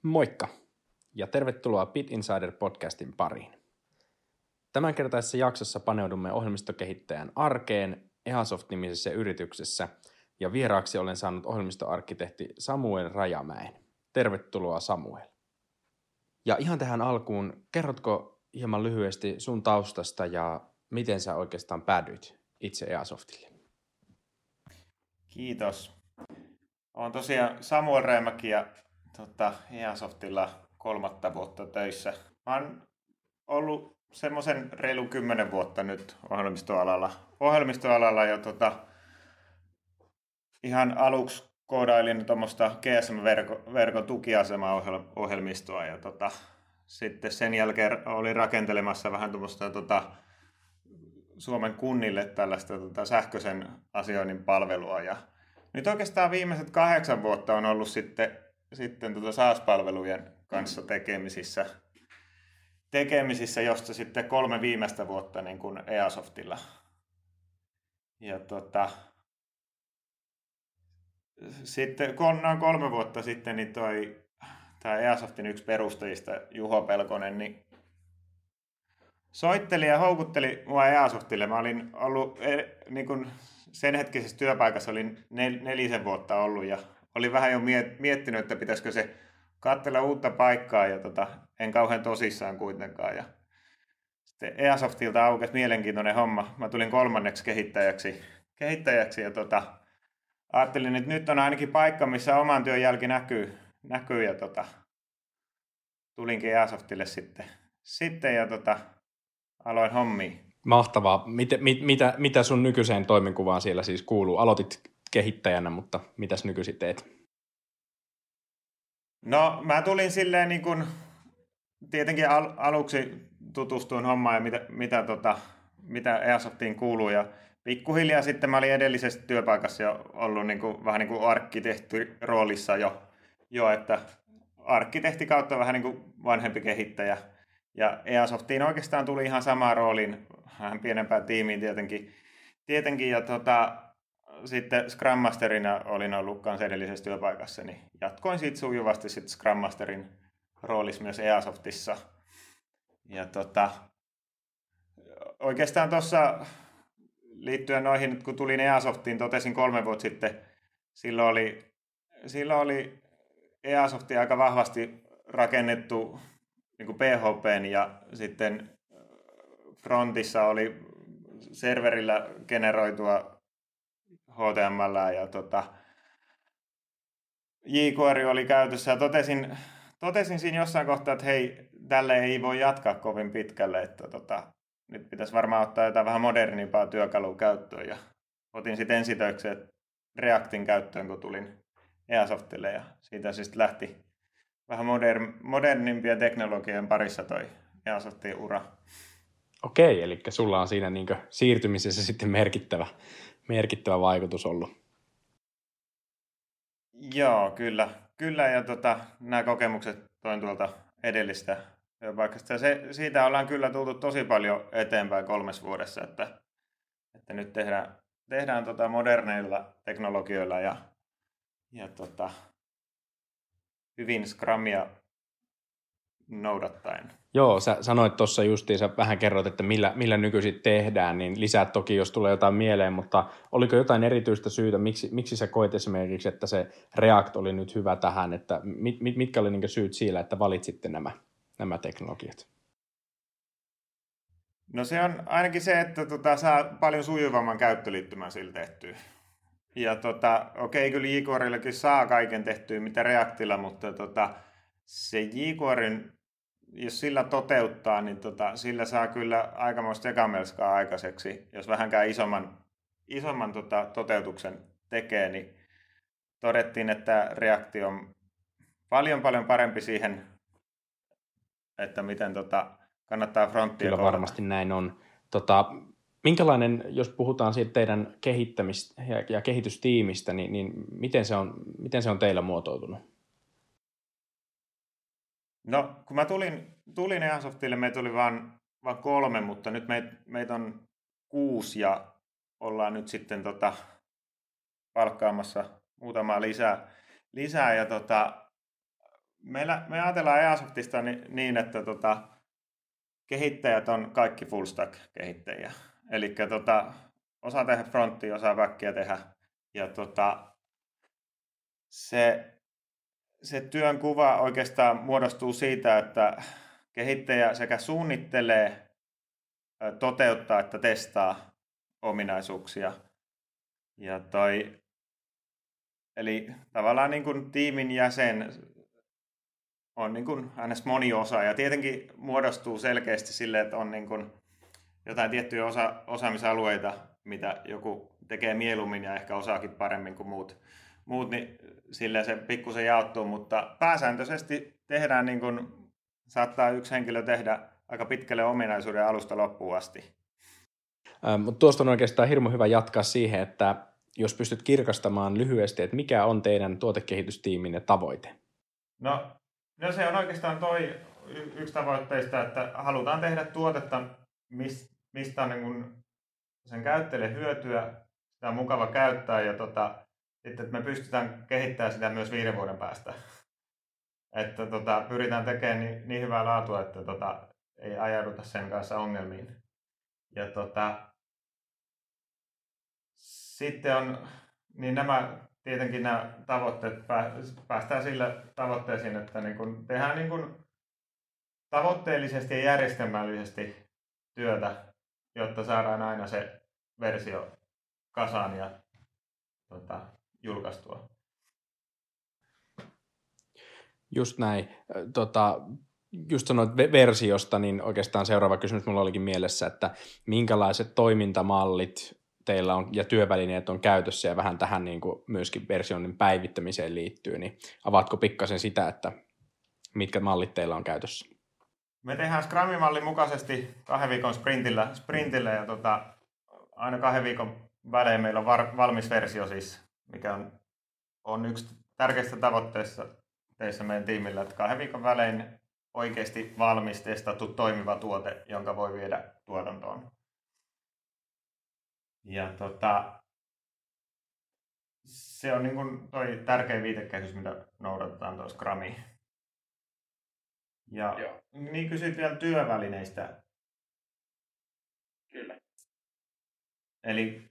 Moikka ja tervetuloa Bit Insider-podcastin pariin. Tämänkertaisessa jaksossa paneudumme ohjelmistokehittäjän arkeen Ehasoft-nimisessä yrityksessä ja vieraaksi olen saanut ohjelmistoarkkitehti Samuel Rajamäen. Tervetuloa Samuel. Ja ihan tähän alkuun, kerrotko hieman lyhyesti sun taustasta ja miten sä oikeastaan päädyit itse Ehasoftille? Kiitos. Olen tosiaan Samuel Rajamäki ja Ehasoftilla 3 vuotta töissä. Mä oon ollut semmoisen reilun 10 vuotta nyt ohjelmistoalalla ja ihan aluksi koodailin tuommoista GSM-verkon tukiasema-ohjelmistoa ja sitten sen jälkeen olin rakentelemassa vähän tuommoista Suomen kunnille tällaista sähköisen asioinnin palvelua ja nyt oikeastaan viimeiset 8 vuotta on ollut sitten SaaS-palvelujen kanssa tekemisissä, josta sitten 3 viimeistä vuotta niin kuin Ehasoftilla. Ja sitten noin 3 vuotta sitten niin tämä Ehasoftin yksi perustajista Juho Pelkonen niin soitteli ja houkutteli mua Ehasoftille. Mä olin ollut niin kuin sen hetkisessä työpaikassa olin 4 vuotta ollut ja olin vähän jo miettinyt, että pitäisikö se katsella uutta paikkaa ja en kauhean tosissaan kuitenkaan. Ja sitten Ehasoftilta aukesi mielenkiintoinen homma. Mä tulin 3. kehittäjäksi ja ajattelin, että nyt on ainakin paikka, missä oman työn jälki näkyy ja tulinkin Ehasoftille sitten ja aloin hommia. Mahtavaa. Mitä sun nykyiseen toimenkuvaan siellä siis kuuluu? Aloitit kehittäjänä, mutta mitäs nykyisin teet? No mä tulin silleen niin kuin, tietenkin aluksi tutustuin hommaan ja mitä Ehasoftiin kuuluu ja pikkuhiljaa sitten mä olin edellisessä työpaikassa jo ollut niin kuin, vähän niin kuin arkkitehtiroolissa jo, että arkkitehti kautta vähän niin kuin vanhempi kehittäjä. Ja Ehasoftiin oikeastaan tuli ihan samaan rooliin, vähän pienempään tiimiin tietenkin ja sitten Scrum Masterina olin ollut kanssa edellisessä työpaikassa, niin jatkoin siitä sujuvasti sitten Scrum Masterin roolissa myös Ehasoftissa. Ja oikeastaan tuossa liittyen noihin, kun tulin Ehasoftiin, totesin 3 vuotta sitten, silloin oli Ehasofti aika vahvasti rakennettu niin kuin PHP:n ja sitten frontissa oli serverillä generoitua HTML ja jQuery oli käytössä ja totesin siinä jossain kohtaa, että hei, tälle ei voi jatkaa kovin pitkälle, että nyt pitäisi varmaan ottaa jotain vähän modernimpaa työkalua käyttöön ja otin sitten ensitöikseen Reactin käyttöön, kun tulin Ehasoftille ja siitä siis lähti vähän modernimpien teknologioiden parissa toi Ehasoftin ura. Okei, eli sulla on siinä niin siirtymisessä sitten merkittävä vaikutus ollut. Joo, kyllä ja nämä kokemukset toin tuolta edellistä työpaikasta. Siitä ollaan kyllä tultu tosi paljon eteenpäin 3 vuodessa, että nyt tehdään moderneilla teknologioilla ja hyvin Scrumia noudattaen. Joo, sä sanoit tuossa justiin, sä vähän kerroit, että millä nykyisin tehdään, niin lisää toki, jos tulee jotain mieleen, mutta oliko jotain erityistä syytä, miksi sä koit esimerkiksi, että se React oli nyt hyvä tähän, että mitkä oli niin syyt sillä, että valitsitte nämä teknologiat? No se on ainakin se, että saa paljon sujuvamman käyttöliittymän sillä tehtyä. Ja okei, kyllä jQueryllakin saa kaiken tehtyä, mitä Reactilla, mutta se jQueryn, jos sillä toteuttaa, niin sillä saa kyllä aikamoista sekamelskaa aikaiseksi. Jos vähänkään isomman toteutuksen tekee, niin todettiin, että React on paljon parempi siihen, että miten kannattaa fronttia kyllä kohdata. Varmasti näin on. Minkälainen, jos puhutaan siitä teidän kehittämistä ja kehitystiimistä, niin miten se on teillä muotoutunut? No, kun mä tulin Ehasoftille, meitä oli vaan 3, mutta nyt meitä on 6 ja ollaan nyt sitten palkkaamassa muutamaa lisää ja me ajatellaan Airsoftista niin että kehittäjät on kaikki full stack kehittäjiä. Eli osaa tehdä fronttia, osaa backia tehdä. Ja se työn kuva oikeastaan muodostuu siitä, että kehittäjä sekä suunnittelee, toteuttaa että testaa ominaisuuksia. Eli tavallaan niin kuin tiimin jäsen on niin kuin aina moniosa ja tietenkin muodostuu selkeästi silleen, että on niin kuin jotain tiettyjä osaamisalueita, mitä joku tekee mieluummin ja ehkä osaakin paremmin kuin muut niin silleen se pikkusen jaottuu, mutta pääsääntöisesti tehdään niin kuin saattaa yksi henkilö tehdä aika pitkälle ominaisuuden alusta loppuun asti. Mutta tuosta on oikeastaan hirmu hyvä jatkaa siihen, että jos pystyt kirkastamaan lyhyesti, että mikä on teidän tuotekehitystiimin tavoite? No se on oikeastaan yksi tavoitteista, että halutaan tehdä tuotetta, mistä on niin kuin sen käyttäjälle hyötyä, sitä on mukava käyttää ja sitten, että me pystytään kehittämään sitä myös 5 vuoden päästä. Että pyritään tekemään niin hyvää laatua, että ei ajauduta sen kanssa ongelmiin. Ja sitten on, niin tietenkin nämä tavoitteet päästään sillä tavoitteisiin, että niin kun tehdään niin kun tavoitteellisesti ja järjestelmällisesti työtä, jotta saadaan aina se versio kasaan ja julkaistua. Just näin. Just sanoit versiosta, niin oikeastaan seuraava kysymys mulla olikin mielessä, että minkälaiset toimintamallit teillä on ja työvälineet on käytössä ja vähän tähän niin kuin myöskin versioinnin päivittämiseen liittyy, niin avaatko pikkasen sitä, että mitkä mallit teillä on käytössä? Me tehdään Scrum-mallin mukaisesti 2 viikon sprintillä ja aina 2 viikon välein meillä on valmis versio siis, mikä on yksi tärkeistä tavoitteista meidän tiimillä, että 2 viikon välein oikeasti valmis, testattu, toimiva tuote, jonka voi viedä tuotantoon. Ja se on niin kuin toi tärkein viitekehys, mitä noudatetaan tuossa Scrumiin. Ja niin kysyt vielä työvälineistä. Kyllä. Eli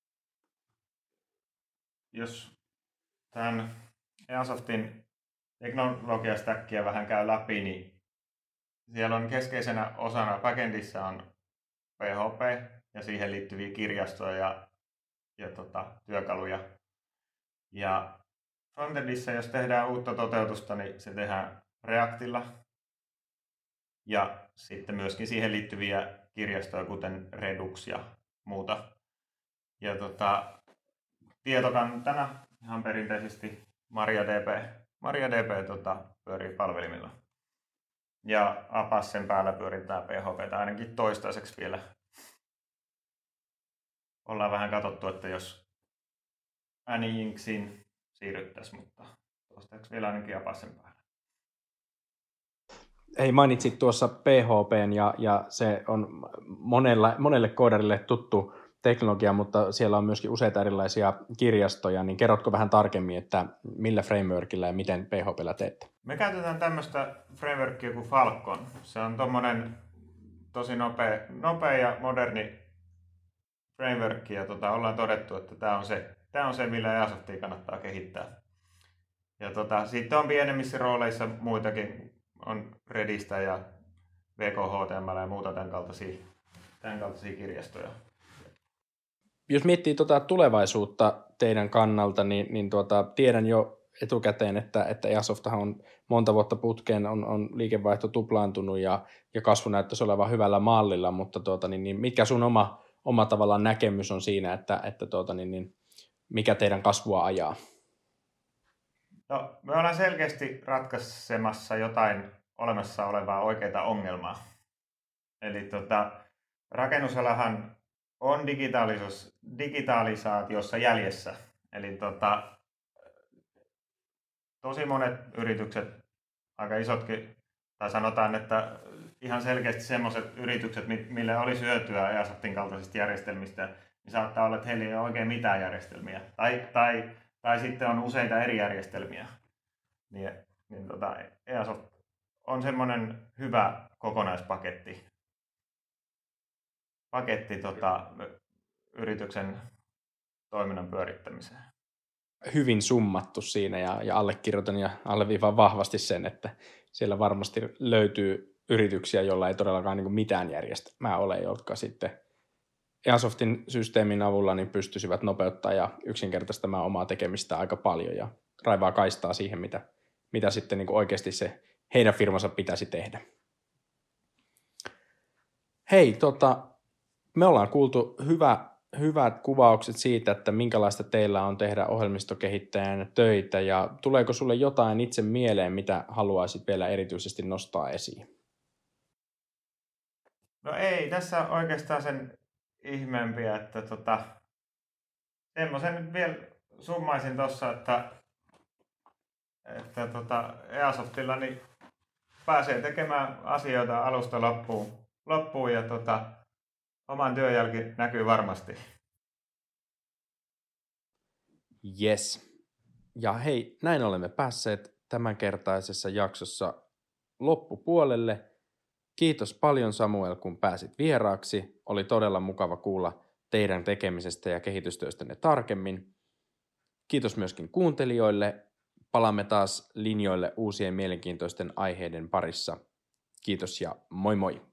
jos tämän Airsoftin teknologiastäkkiä vähän käy läpi, niin siellä on keskeisenä osana backendissa on PHP ja siihen liittyviä kirjastoja ja työkaluja. Ja frontendissa, jos tehdään uutta toteutusta, niin se tehdään Reactilla. Ja sitten myöskin siihen liittyviä kirjastoja, kuten Redux ja muuta. Ja tietokantana ihan perinteisesti MariaDB pyörii palvelimilla. Ja Apachen päällä pyöritään PHP, ainakin toistaiseksi vielä. Ollaan vähän katsottu, että jos Nginxiin siirryttäisiin, mutta toistaiseksi vielä ainakin Apachen päällä. Hei, mainitsit tuossa PHPn ja se on monelle koodarille tuttu teknologia, mutta siellä on myöskin useita erilaisia kirjastoja, niin kerrotko vähän tarkemmin, että millä frameworkilla ja miten PHPllä teette? Me käytetään tämmöistä frameworkia kuin Falcon. Se on tommonen tosi nopea ja moderni framework ja ollaan todettu, että tämä on se, millä Airsoftia kannattaa kehittää. Ja sitten on pienemmissä rooleissa muitakin, on Redistä ja VKHTML ja muuta tämän kaltaisia kirjastoja. Jos miettii tulevaisuutta teidän kannalta, niin tiedän jo etukäteen, että Airsofthan on monta vuotta putkeen, on liikevaihto tuplaantunut ja kasvu näyttäisi olevan hyvällä mallilla, mutta niin mikä sun oma tavallaan näkemys on siinä, että mikä teidän kasvua ajaa? No, me ollaan selkeästi ratkaisemassa jotain olemassa olevaa oikeaa ongelmaa. Eli rakennusalahan on digitalisaatiossa jäljessä. Eli tosi monet yritykset, aika isotkin, tai sanotaan, että ihan selkeästi sellaiset yritykset, mille olisi hyötyä Airsoftin kaltaisista järjestelmistä, niin saattaa olla, että heillä ei ole oikein mitään järjestelmiä. Tai sitten on useita eri järjestelmiä. Airsoft on semmoinen hyvä kokonaispaketti yrityksen toiminnan pyörittämiseen. Hyvin summattu siinä ja allekirjoitan ja alleviivaan vahvasti sen, että siellä varmasti löytyy yrityksiä, joilla ei todellakaan niin kuin mitään järjestelmää ole, jotka sitten Airsoftin systeemin avulla niin pystyisivät nopeuttaa ja yksinkertaistamaan omaa tekemistä aika paljon ja raivaa kaistaa siihen, mitä sitten niin kuin oikeasti se heidän firmansa pitäisi tehdä. Hei, me ollaan kuultu hyvät kuvaukset siitä, että minkälaista teillä on tehdä ohjelmistokehittäjän töitä ja tuleeko sulle jotain itse mieleen, mitä haluaisit vielä erityisesti nostaa esiin? No ei, tässä oikeastaan sen ihmeempiä, että semmoisen nyt vielä summaisin tuossa, että Airsoftilla niin pääsee tekemään asioita alusta loppuun ja oman työnjälki näkyy varmasti. Yes. Ja hei, näin olemme päässeet tämänkertaisessa jaksossa loppupuolelle. Kiitos paljon Samuel, kun pääsit vieraaksi. Oli todella mukava kuulla teidän tekemisestä ja kehitystyöstänne tarkemmin. Kiitos myöskin kuuntelijoille. Palaamme taas linjoille uusien mielenkiintoisten aiheiden parissa. Kiitos ja moi moi!